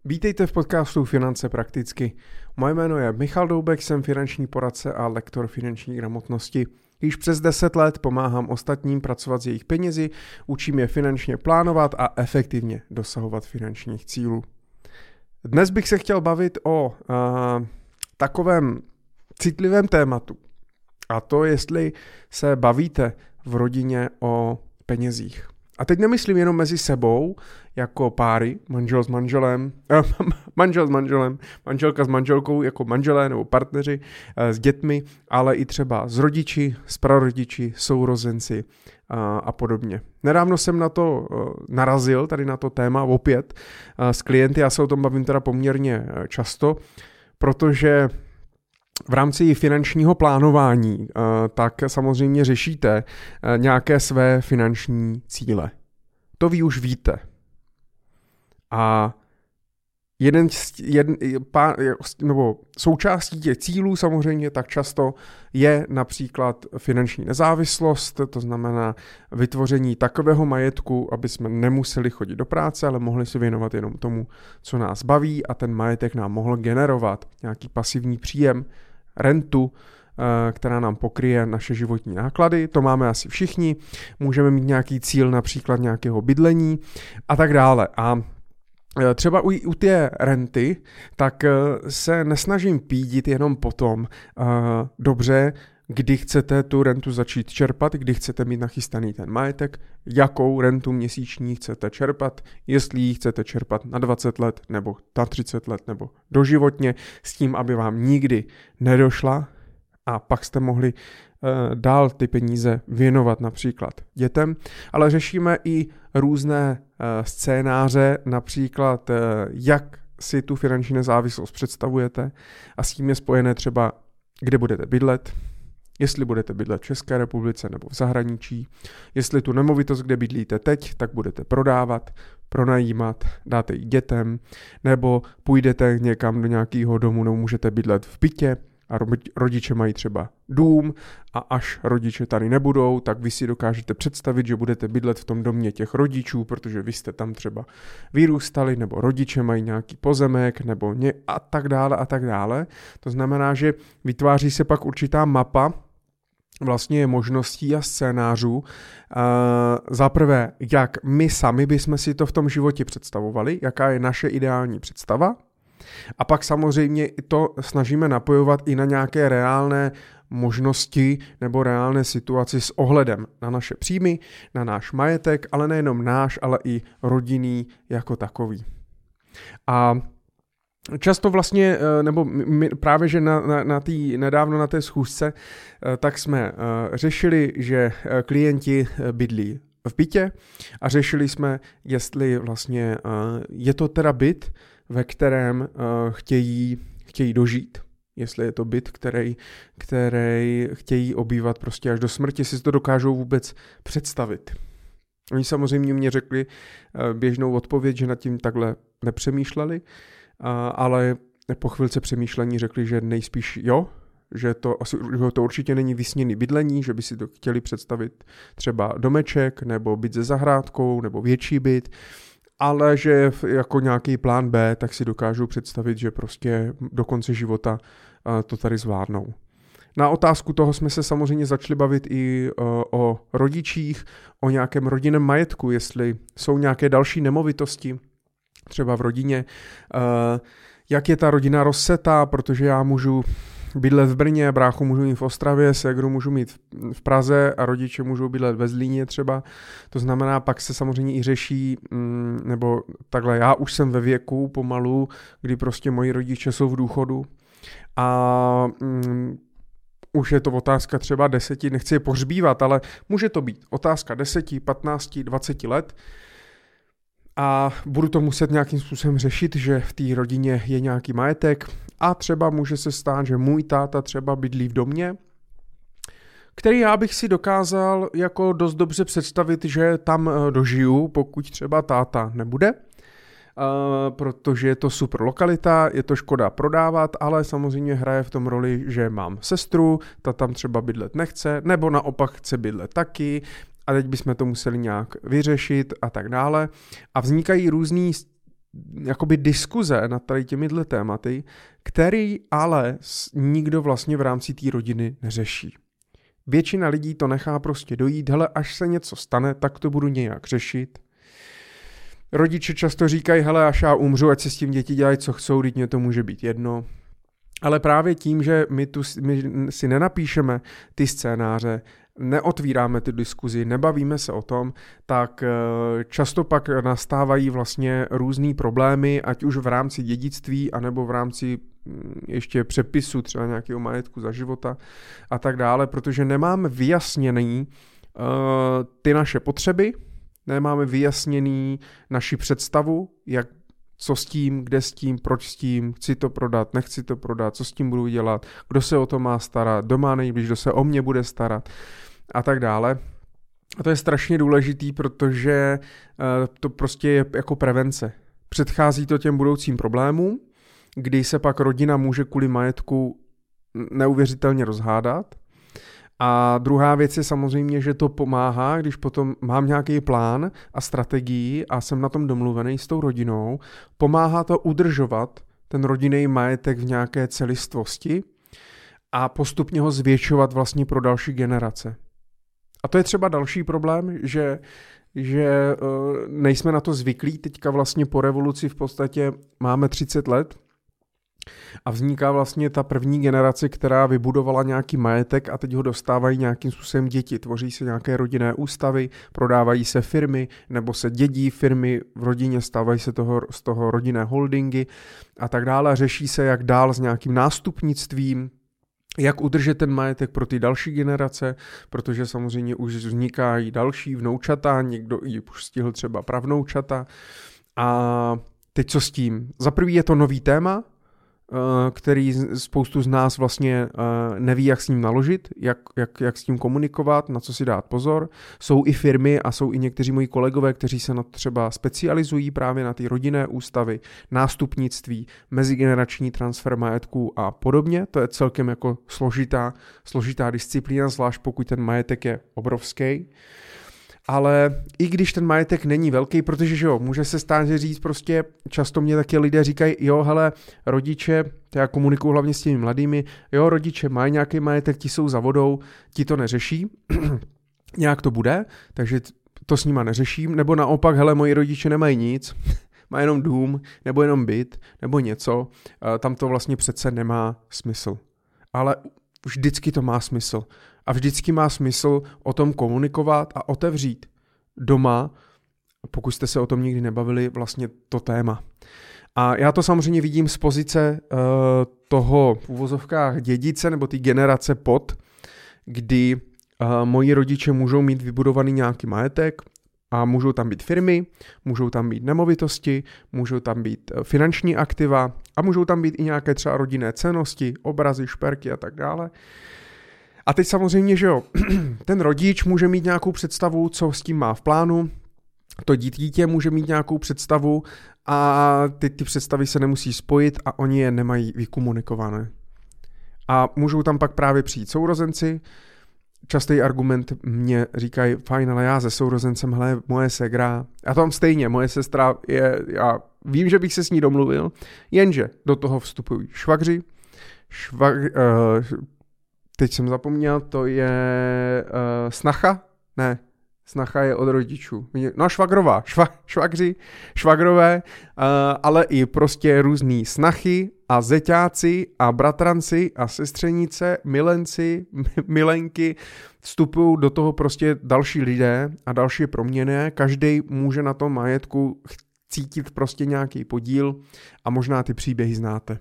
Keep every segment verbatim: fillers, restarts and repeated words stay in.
Vítejte v podcastu Finance prakticky. Moje jméno je Michal Doubek, jsem finanční poradce a lektor finanční gramotnosti. Již přes deset let pomáhám ostatním pracovat s jejich penězi, učím je finančně plánovat a efektivně dosahovat finančních cílů. Dnes bych se chtěl bavit o uh, takovém citlivém tématu. A to, jestli se bavíte v rodině o penězích. A teď nemyslím jenom mezi sebou, jako páry, manžel s manželem, eh, manžel s manželem, manželka s manželkou, jako manželé nebo partneři eh, s dětmi, ale i třeba s rodiči, s prarodiči, sourozenci eh, a podobně. Nedávno jsem na to eh, narazil, tady na to téma opět eh, s klienty, já se o tom bavím teda poměrně eh, často, protože v rámci finančního plánování tak samozřejmě řešíte nějaké své finanční cíle. To vy už víte. A jeden, jeden, pár, nebo součástí těch cílů samozřejmě tak často je například finanční nezávislost, to znamená vytvoření takového majetku, aby jsme nemuseli chodit do práce, ale mohli se věnovat jenom tomu, co nás baví, a ten majetek nám mohl generovat nějaký pasivní příjem, rentu, která nám pokryje naše životní náklady. To máme asi všichni. Můžeme mít nějaký cíl, například nějakého bydlení a tak dále. A třeba u, u té renty, tak se nesnažím pídit jenom potom, dobře, kdy chcete tu rentu začít čerpat, kdy chcete mít nachystaný ten majetek, jakou rentu měsíční chcete čerpat, jestli ji chcete čerpat na dvacet let, nebo na třicet let, nebo doživotně, s tím, aby vám nikdy nedošla a pak jste mohli uh, dál ty peníze věnovat například dětem, ale řešíme i různé uh, scénáře, například uh, jak si tu finanční nezávislost představujete, a s tím je spojené třeba, kde budete bydlet, jestli budete bydlet v České republice nebo v zahraničí, jestli tu nemovitost, kde bydlíte teď, tak budete prodávat, pronajímat, dáte ji dětem, nebo půjdete někam do nějakého domu, nebo můžete bydlet v bytě a rodiče mají třeba dům a až rodiče tady nebudou, tak vy si dokážete představit, že budete bydlet v tom domě těch rodičů, protože vy jste tam třeba vyrůstali, nebo rodiče mají nějaký pozemek, nebo ně a tak dále a tak dále. To znamená, že vytváří se pak určitá mapa vlastně možností a scénářů. Uh, za prvé, jak my sami bychom si to v tom životě představovali, jaká je naše ideální představa. A pak samozřejmě to snažíme napojovat i na nějaké reálné možnosti nebo reálné situaci s ohledem na naše příjmy, na náš majetek, ale nejenom náš, ale i rodinný jako takový. A často vlastně, nebo my právě, že na, na, na tý, nedávno na té schůzce, tak jsme řešili, že klienti bydlí v bytě a řešili jsme, jestli vlastně je to teda byt, ve kterém uh, chtějí, chtějí dožít. Jestli je to byt, který, který chtějí obývat prostě až do smrti, jestli si to dokážou vůbec představit. Oni samozřejmě mě řekli uh, běžnou odpověď, že nad tím takhle nepřemýšleli, uh, ale po chvilce přemýšlení řekli, že nejspíš jo, že to, že to určitě není vysněný bydlení, že by si to chtěli představit třeba domeček, nebo byt se zahrádkou, nebo větší byt, ale že jako nějaký plán B, tak si dokážu představit, že prostě do konce života to tady zvládnou. Na otázku toho jsme se samozřejmě začali bavit i o rodičích, o nějakém rodinném majetku, jestli jsou nějaké další nemovitosti, třeba v rodině, jak je ta rodina rozsetá, protože já můžu bydlet v Brně, bráchu můžu mít v Ostravě, ségru můžu mít v Praze a rodiče můžou bydlet ve Zlíně třeba. To znamená, pak se samozřejmě i řeší, nebo takhle, já už jsem ve věku pomalu, kdy prostě moji rodiče jsou v důchodu a um, už je to otázka třeba deseti, nechci je pohřbívat, ale může to být otázka deseti, patnácti, dvaceti let. A budu to muset nějakým způsobem řešit, že v té rodině je nějaký majetek a třeba může se stát, že můj táta třeba bydlí v domě, který já bych si dokázal jako dost dobře představit, že tam dožiju, pokud třeba táta nebude, Uh, protože je to super lokalita, je to škoda prodávat, ale samozřejmě hraje v tom roli, že mám sestru, ta tam třeba bydlet nechce, nebo naopak chce bydlet taky a teď bychom to museli nějak vyřešit a tak dále. A vznikají různý jakoby diskuze nad tady těmihle tématy, který ale nikdo vlastně v rámci té rodiny neřeší. Většina lidí to nechá prostě dojít, hele, až se něco stane, tak to budu nějak řešit. Rodiče často říkají, hele, až já umřu, ať se s tím děti dělají, co chcou, teď mě to může být jedno. Ale právě tím, že my, tu, my si nenapíšeme ty scénáře, neotvíráme ty diskuzi, nebavíme se o tom, tak často pak nastávají vlastně různý problémy, ať už v rámci dědictví, anebo v rámci ještě přepisu třeba nějakého majetku za života a tak dále, protože nemáme vyjasněný uh, ty naše potřeby, nemáme vyjasněný naši představu, jak, co s tím, kde s tím, proč s tím, chci to prodat, nechci to prodat, co s tím budu dělat, kdo se o to má starat, kdo má nejblíž, kdo se o mě bude starat a tak dále. A to je strašně důležitý, protože uh, to prostě je jako prevence. Předchází to těm budoucím problémům, kdy se pak rodina může kvůli majetku neuvěřitelně rozhádat. A druhá věc je samozřejmě, že to pomáhá, když potom mám nějaký plán a strategii a jsem na tom domluvený s tou rodinou, pomáhá to udržovat ten rodinný majetek v nějaké celistvosti a postupně ho zvětšovat vlastně pro další generace. A to je třeba další problém, že že uh, nejsme na to zvyklí, teďka vlastně po revoluci v podstatě máme třicet let a vzniká vlastně ta první generace, která vybudovala nějaký majetek a teď ho dostávají nějakým způsobem děti. Tvoří se nějaké rodinné ústavy, prodávají se firmy nebo se dědí firmy v rodině, stávají se toho, z toho rodinné holdingy a tak dále. Řeší se, jak dál s nějakým nástupnictvím, jak udržet ten majetek pro ty další generace, protože samozřejmě už vznikají další vnoučata, někdo i už stihl třeba pravnoučata. A teď co s tím? Za prvý je to nový téma, který spoustu z nás vlastně neví, jak s ním naložit, jak, jak, jak s tím komunikovat, na co si dát pozor. Jsou i firmy a jsou i někteří moji kolegové, kteří se na to třeba specializují právě na ty rodinné ústavy, nástupnictví, mezigenerační transfer majetku a podobně. To je celkem jako složitá, složitá disciplína, zvlášť pokud ten majetek je obrovský. Ale i když ten majetek není velký, protože že jo, může se stát, že říct prostě, často mě taky lidé říkají, jo, hele, rodiče, to já komunikuju hlavně s těmi mladými, jo, rodiče mají nějaký majetek, ti jsou za vodou, ti to neřeší, nějak to bude, takže to s nima neřeším, nebo naopak, hele, moji rodiče nemají nic, mají jenom dům, nebo jenom byt, nebo něco, tam to vlastně přece nemá smysl. Ale vždycky to má smysl. A vždycky má smysl o tom komunikovat a otevřít doma, pokud jste se o tom nikdy nebavili, vlastně to téma. A já to samozřejmě vidím z pozice uh, toho v uvozovkách dědice nebo ty generace pod, kdy uh, moji rodiče můžou mít vybudovaný nějaký majetek a můžou tam být firmy, můžou tam být nemovitosti, můžou tam být finanční aktiva a můžou tam být i nějaké třeba rodinné cennosti, obrazy, šperky a tak dále. A teď samozřejmě, že jo, ten rodič může mít nějakou představu, co s tím má v plánu, to dítě může mít nějakou představu a ty, ty představy se nemusí spojit a oni je nemají vykomunikované. A můžou tam pak právě přijít sourozenci. Častý argument mě říkají, fajn, ale já se sourozencem, hele, moje segra, a tam stejně, moje sestra je, já vím, že bych se s ní domluvil, jenže do toho vstupují švagři, švag, uh, teď jsem zapomněl, to je uh, snacha, ne, snacha je od rodičů, no švagrová, šva, švagři, švagrové, uh, ale i prostě různý snachy a zeťáci a bratranci a sestřenice, milenci, milenky, vstupují do toho prostě další lidé a další proměny, každý může na tom majetku cítit prostě nějaký podíl a možná ty příběhy znáte.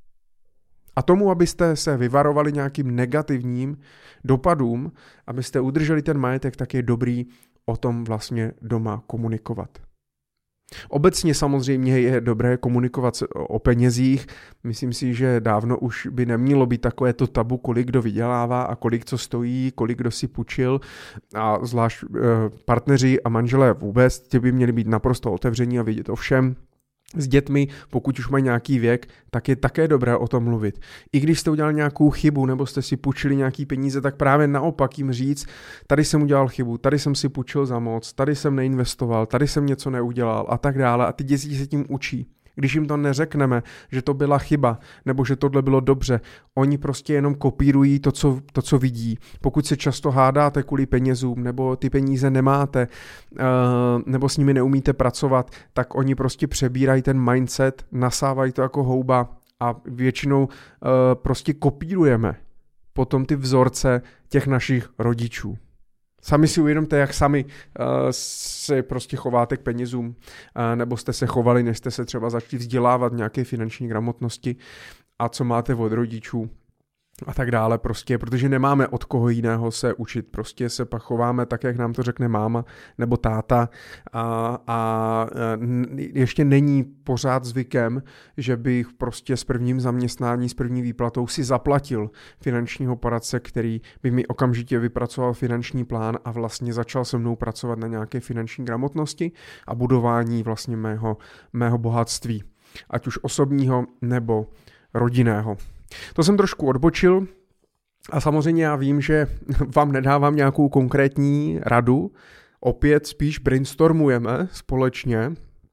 A tomu, abyste se vyvarovali nějakým negativním dopadům, abyste udrželi ten majetek, tak je dobrý o tom vlastně doma komunikovat. Obecně samozřejmě je dobré komunikovat o penězích. Myslím si, že dávno už by nemělo být takové to tabu, kolik kdo vydělává a kolik co stojí, kolik kdo si půjčil. A zvlášť partneři a manželé vůbec, ti by měli být naprosto otevření a vědět o všem. s dětmi, pokud už mají nějaký věk, tak je také dobré o tom mluvit. I když jste udělali nějakou chybu nebo jste si půjčili nějaký peníze, tak právě naopak jim říct, tady jsem udělal chybu, tady jsem si půjčil za moc, tady jsem neinvestoval, tady jsem něco neudělal a tak dále a ty děti se tím učí. Když jim to neřekneme, že to byla chyba, nebo že tohle bylo dobře, oni prostě jenom kopírují to, co, to, co vidí. Pokud se často hádáte kvůli penězům, nebo ty peníze nemáte, nebo s nimi neumíte pracovat, tak oni prostě přebírají ten mindset, nasávají to jako houba a většinou prostě kopírujeme potom ty vzorce těch našich rodičů. Sami si uvědomte, jak sami uh, se prostě chováte k penězům, uh, nebo jste se chovali, než jste se třeba začali vzdělávat nějaké finanční gramotnosti a co máte od rodičů a tak dále prostě, protože nemáme od koho jiného se učit, prostě se pak chováme tak, jak nám to řekne máma nebo táta a, a ještě není pořád zvykem, že bych prostě s prvním zaměstnání, s první výplatou si zaplatil finančního poradce, který by mi okamžitě vypracoval finanční plán a vlastně začal se mnou pracovat na nějaké finanční gramotnosti a budování vlastně mého, mého bohatství, ať už osobního nebo rodinného. To jsem trošku odbočil a samozřejmě já vím, že vám nedávám nějakou konkrétní radu, opět spíš brainstormujeme společně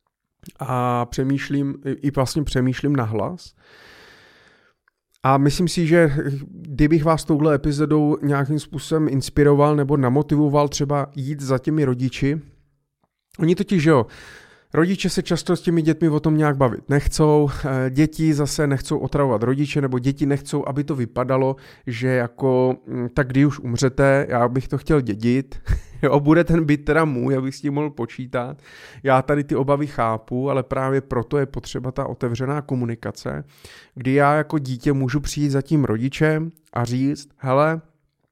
a přemýšlím, i vlastně přemýšlím nahlas. A myslím si, že kdybych vás touhle epizodou nějakým způsobem inspiroval nebo namotivoval třeba jít za těmi rodiči, oni totiž, jo, rodiče se často s těmi dětmi o tom nějak bavit nechcou, děti zase nechcou otravovat rodiče, nebo děti nechcou, aby to vypadalo, že jako, tak kdy už umřete, já bych to chtěl dědit, jo, bude ten byt teda můj, abych s tím mohl počítat. Já tady ty obavy chápu, ale právě proto je potřeba ta otevřená komunikace, kdy já jako dítě můžu přijít za tím rodičem a říct, hele,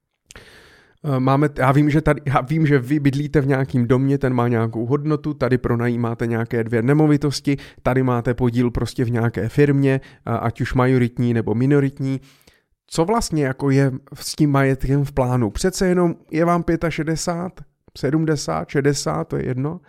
Máme, já vím, že tady, já vím, že vy bydlíte v nějakém domě, ten má nějakou hodnotu, tady pronajímáte nějaké dvě nemovitosti, tady máte podíl prostě v nějaké firmě, ať už majoritní nebo minoritní. Co vlastně jako je s tím majetkem v plánu? Přece jenom je vám šedesát pět, sedmdesát, šedesát, to je jedno.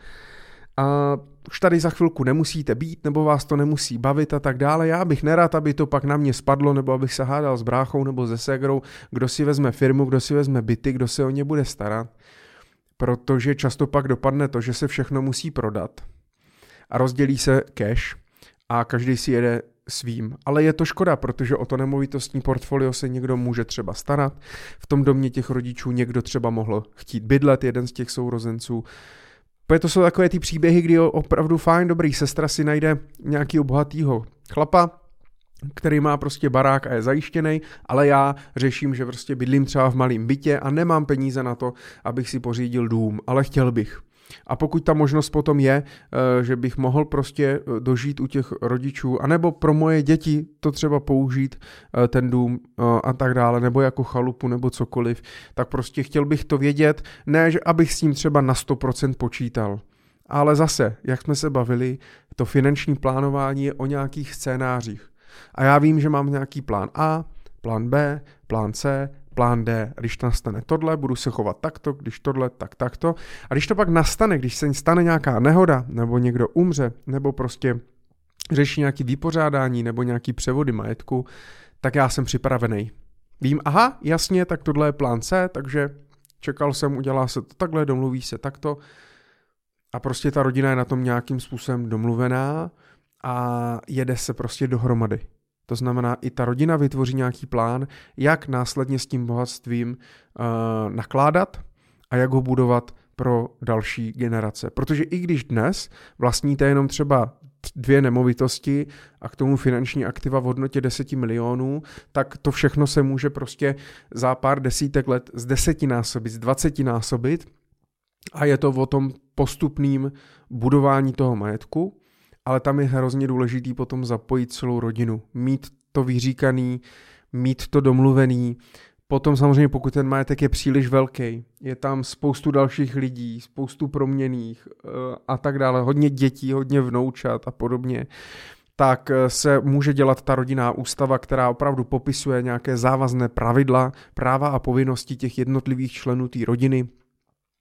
A už tady za chvilku nemusíte být, nebo vás to nemusí bavit a tak dále. Já bych nerad, aby to pak na mě spadlo, nebo abych se hádal s bráchou nebo se ségrou, kdo si vezme firmu, kdo si vezme byty, kdo se o ně bude starat. Protože často pak dopadne to, že se všechno musí prodat a rozdělí se cash a každý si jede svým. Ale je to škoda, protože o to nemovitostní portfolio se někdo může třeba starat. V tom domě těch rodičů někdo třeba mohl chtít bydlet, jeden z těch sourozenců. To jsou takové ty příběhy, kdy opravdu fajn, dobrý, sestra si najde nějakýho bohatýho chlapa, který má prostě barák a je zajištěný, ale já řeším, že prostě bydlím třeba v malém bytě a nemám peníze na to, abych si pořídil dům, ale chtěl bych. A pokud ta možnost potom je, že bych mohl prostě dožít u těch rodičů, anebo pro moje děti to třeba použít ten dům a tak dále, nebo jako chalupu, nebo cokoliv, tak prostě chtěl bych to vědět, ne, že abych s tím třeba na sto procent počítal. Ale zase, jak jsme se bavili, to finanční plánování je o nějakých scénářích. A já vím, že mám nějaký plán A, plán B, plán C, plán D. A když nastane tohle, budu se chovat takto, když tohle, tak takto. A když to pak nastane, když se stane nějaká nehoda, nebo někdo umře, nebo prostě řeší nějaké vypořádání, nebo nějaký převody majetku, tak já jsem připravený. Vím, aha, jasně, tak tohle je plán C, takže čekal jsem, udělá se to takhle, domluví se takto. A prostě ta rodina je na tom nějakým způsobem domluvená a jede se prostě dohromady. To znamená, i ta rodina vytvoří nějaký plán, jak následně s tím bohatstvím uh, nakládat a jak ho budovat pro další generace. Protože i když dnes vlastníte jenom třeba dvě nemovitosti a k tomu finanční aktiva v hodnotě deset milionů, tak to všechno se může prostě za pár desítek let z desetinásobit, z dvacetinásobit a je to o tom postupným budování toho majetku. Ale tam je hrozně důležitý potom zapojit celou rodinu, mít to vyříkaný, mít to domluvený. Potom samozřejmě, pokud ten majetek je příliš velký, je tam spoustu dalších lidí, spoustu proměnných a tak dále, hodně dětí, hodně vnoučat a podobně, tak se může dělat ta rodinná ústava, která opravdu popisuje nějaké závazné pravidla, práva a povinnosti těch jednotlivých členů té rodiny.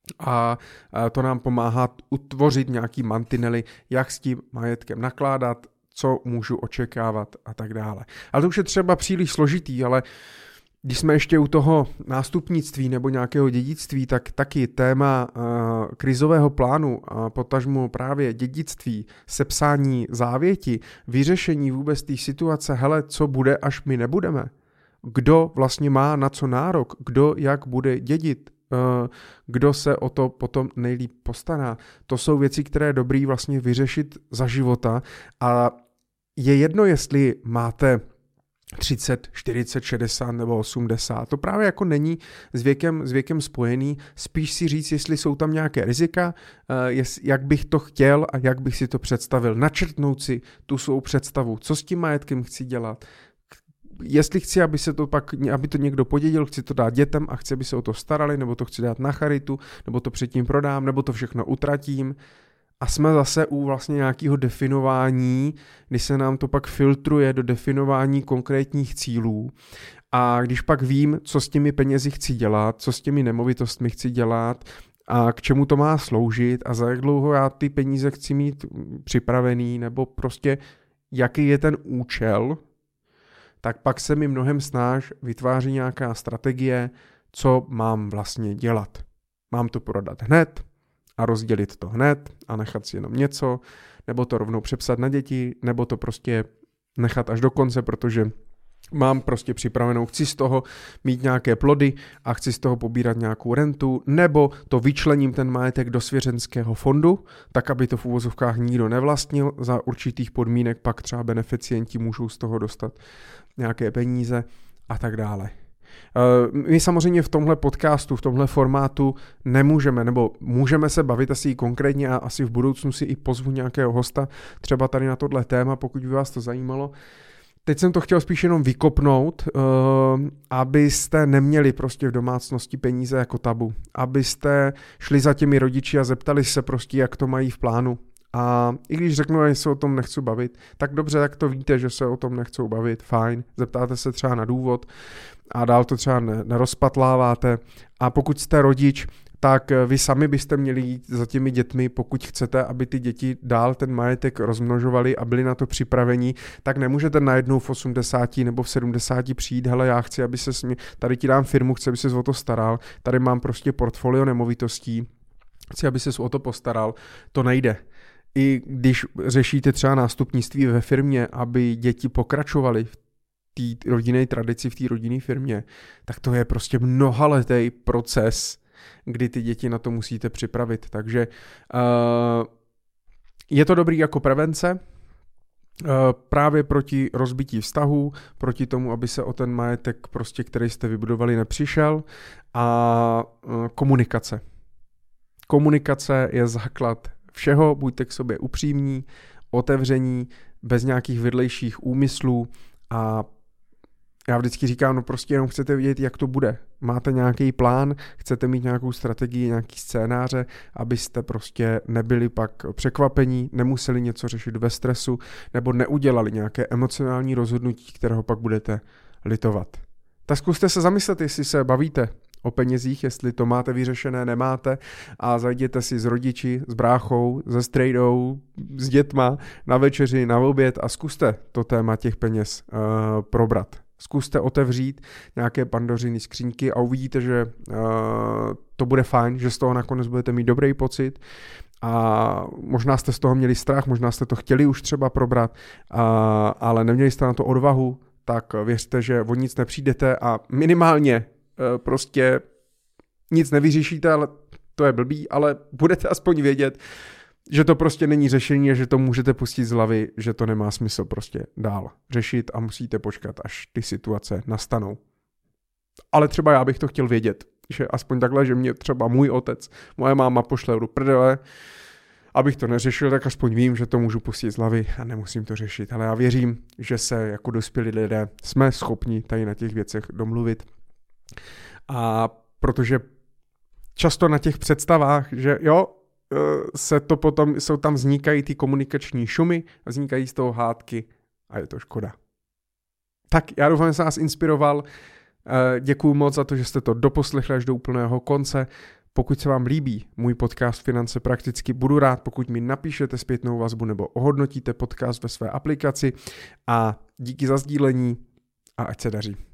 a to nám pomáhá utvořit nějaký mantinely, jak s tím majetkem nakládat, co můžu očekávat a tak dále. Ale to už je třeba příliš složitý, ale když jsme ještě u toho nástupnictví nebo nějakého dědictví, tak taky téma uh, krizového plánu a potažmo právě dědictví, sepsání závěti, vyřešení vůbec té situace, hele, co bude, až my nebudeme. Kdo vlastně má na co nárok, kdo jak bude dědit, uh, kdo se o to potom nejlíp postará. To jsou věci, které je dobrý vlastně vyřešit za života a je jedno, jestli máte třicet, čtyřicet, šedesát nebo osmdesát. To právě jako není s věkem, s věkem spojený. Spíš si říct, jestli jsou tam nějaké rizika, jak bych to chtěl a jak bych si to představil. Načrtnout si tu svou představu, co s tím majetkem chci dělat. Jestli chci, aby se to pak, aby to někdo podědil, chci to dát dětem a chci, aby se o to starali, nebo to chci dát na charitu, nebo to předtím prodám, nebo to všechno utratím. A jsme zase u vlastně nějakého definování, kdy se nám to pak filtruje do definování konkrétních cílů. A když pak vím, co s těmi penězi chci dělat, co s těmi nemovitostmi chci dělat a k čemu to má sloužit a za jak dlouho já ty peníze chci mít připravený, nebo prostě jaký je ten účel, tak pak se mi mnohem snáž vytváří nějaká strategie, co mám vlastně dělat. Mám to prodat hned a rozdělit to hned a nechat si jenom něco, nebo to rovnou přepsat na děti, nebo to prostě nechat až do konce, protože mám prostě připravenou, chci z toho mít nějaké plody a chci z toho pobírat nějakou rentu, nebo to vyčlením ten majetek do svěřenského fondu, tak aby to v uvozovkách nikdo nevlastnil, za určitých podmínek pak třeba beneficienti můžou z toho dostat nějaké peníze a tak dále. My samozřejmě v tomhle podcastu, v tomhle formátu nemůžeme, nebo můžeme se bavit asi konkrétně a asi v budoucnu si i pozvu nějakého hosta, třeba tady na tohle téma, pokud by vás to zajímalo. Teď jsem to chtěl spíš jenom vykopnout, abyste neměli prostě v domácnosti peníze jako tabu, abyste šli za těmi rodiči a zeptali se prostě, jak to mají v plánu. A i když řeknu, že se o tom nechci bavit, tak dobře, tak to víte, že se o tom nechcou bavit, fajn, zeptáte se třeba na důvod a dál to třeba nerozpatláváte. A pokud jste rodič, tak vy sami byste měli jít za těmi dětmi, pokud chcete, aby ty děti dál ten majetek rozmnožovali a byli na to připraveni, tak nemůžete najednou v osmdesáti nebo v sedmdesáti přijít, hele, já chci, aby se smě... tady ti dám firmu, chci, aby ses o to staral, tady mám prostě portfolio nemovitostí, chci, aby ses o to postaral, to nejde. I když řešíte třeba nástupnictví ve firmě, aby děti pokračovaly v té rodinné tradici, v té rodinné firmě, tak to je prostě mnohaletý proces, kdy ty děti na to musíte připravit. Takže uh, je to dobrý jako prevence, uh, právě proti rozbití vztahů, proti tomu, aby se o ten majetek, prostě, který jste vybudovali, nepřišel, a uh, komunikace. Komunikace je základ všeho, buďte k sobě upřímní, otevření, bez nějakých vedlejších úmyslů a já vždycky říkám, no prostě jenom chcete vědět, jak to bude. Máte nějaký plán, chcete mít nějakou strategii, nějaký scénáře, abyste prostě nebyli pak překvapení, nemuseli něco řešit ve stresu nebo neudělali nějaké emocionální rozhodnutí, kterého pak budete litovat. Tak zkuste se zamyslet, jestli se bavíte o penězích, jestli to máte vyřešené, nemáte, a zajděte si s rodiči, s bráchou, se strejdou, s dětma na večeři, na oběd a zkuste to téma těch peněz uh, probrat. Zkuste otevřít nějaké Pandořiny skřínky a uvidíte, že uh, to bude fajn, že z toho nakonec budete mít dobrý pocit a možná jste z toho měli strach, možná jste to chtěli už třeba probrat, uh, ale neměli jste na to odvahu, tak věřte, že o nic nepřijdete a minimálně prostě nic nevyřešíte, ale to je blbý, ale budete aspoň vědět, že to prostě není řešení a že to můžete pustit z hlavy, že to nemá smysl prostě dál řešit a musíte počkat, až ty situace nastanou. Ale třeba já bych to chtěl vědět, že aspoň takhle, že mě třeba můj otec, moje máma pošle do prdele, abych to neřešil, tak aspoň vím, že to můžu pustit z hlavy a nemusím to řešit. Ale já věřím, že se jako dospělí lidé jsme schopni tady na těch věcech domluvit. A protože často na těch představách, že jo, se to potom, jsou tam vznikají ty komunikační šumy a vznikají z toho hádky a je to škoda. Tak já doufám, že jsem vás inspiroval. Děkuju moc za to, že jste to doposlechli až do úplného konce. Pokud se vám líbí můj podcast Finance prakticky, budu rád, pokud mi napíšete zpětnou vazbu nebo ohodnotíte podcast ve své aplikaci a díky za sdílení a ať se daří.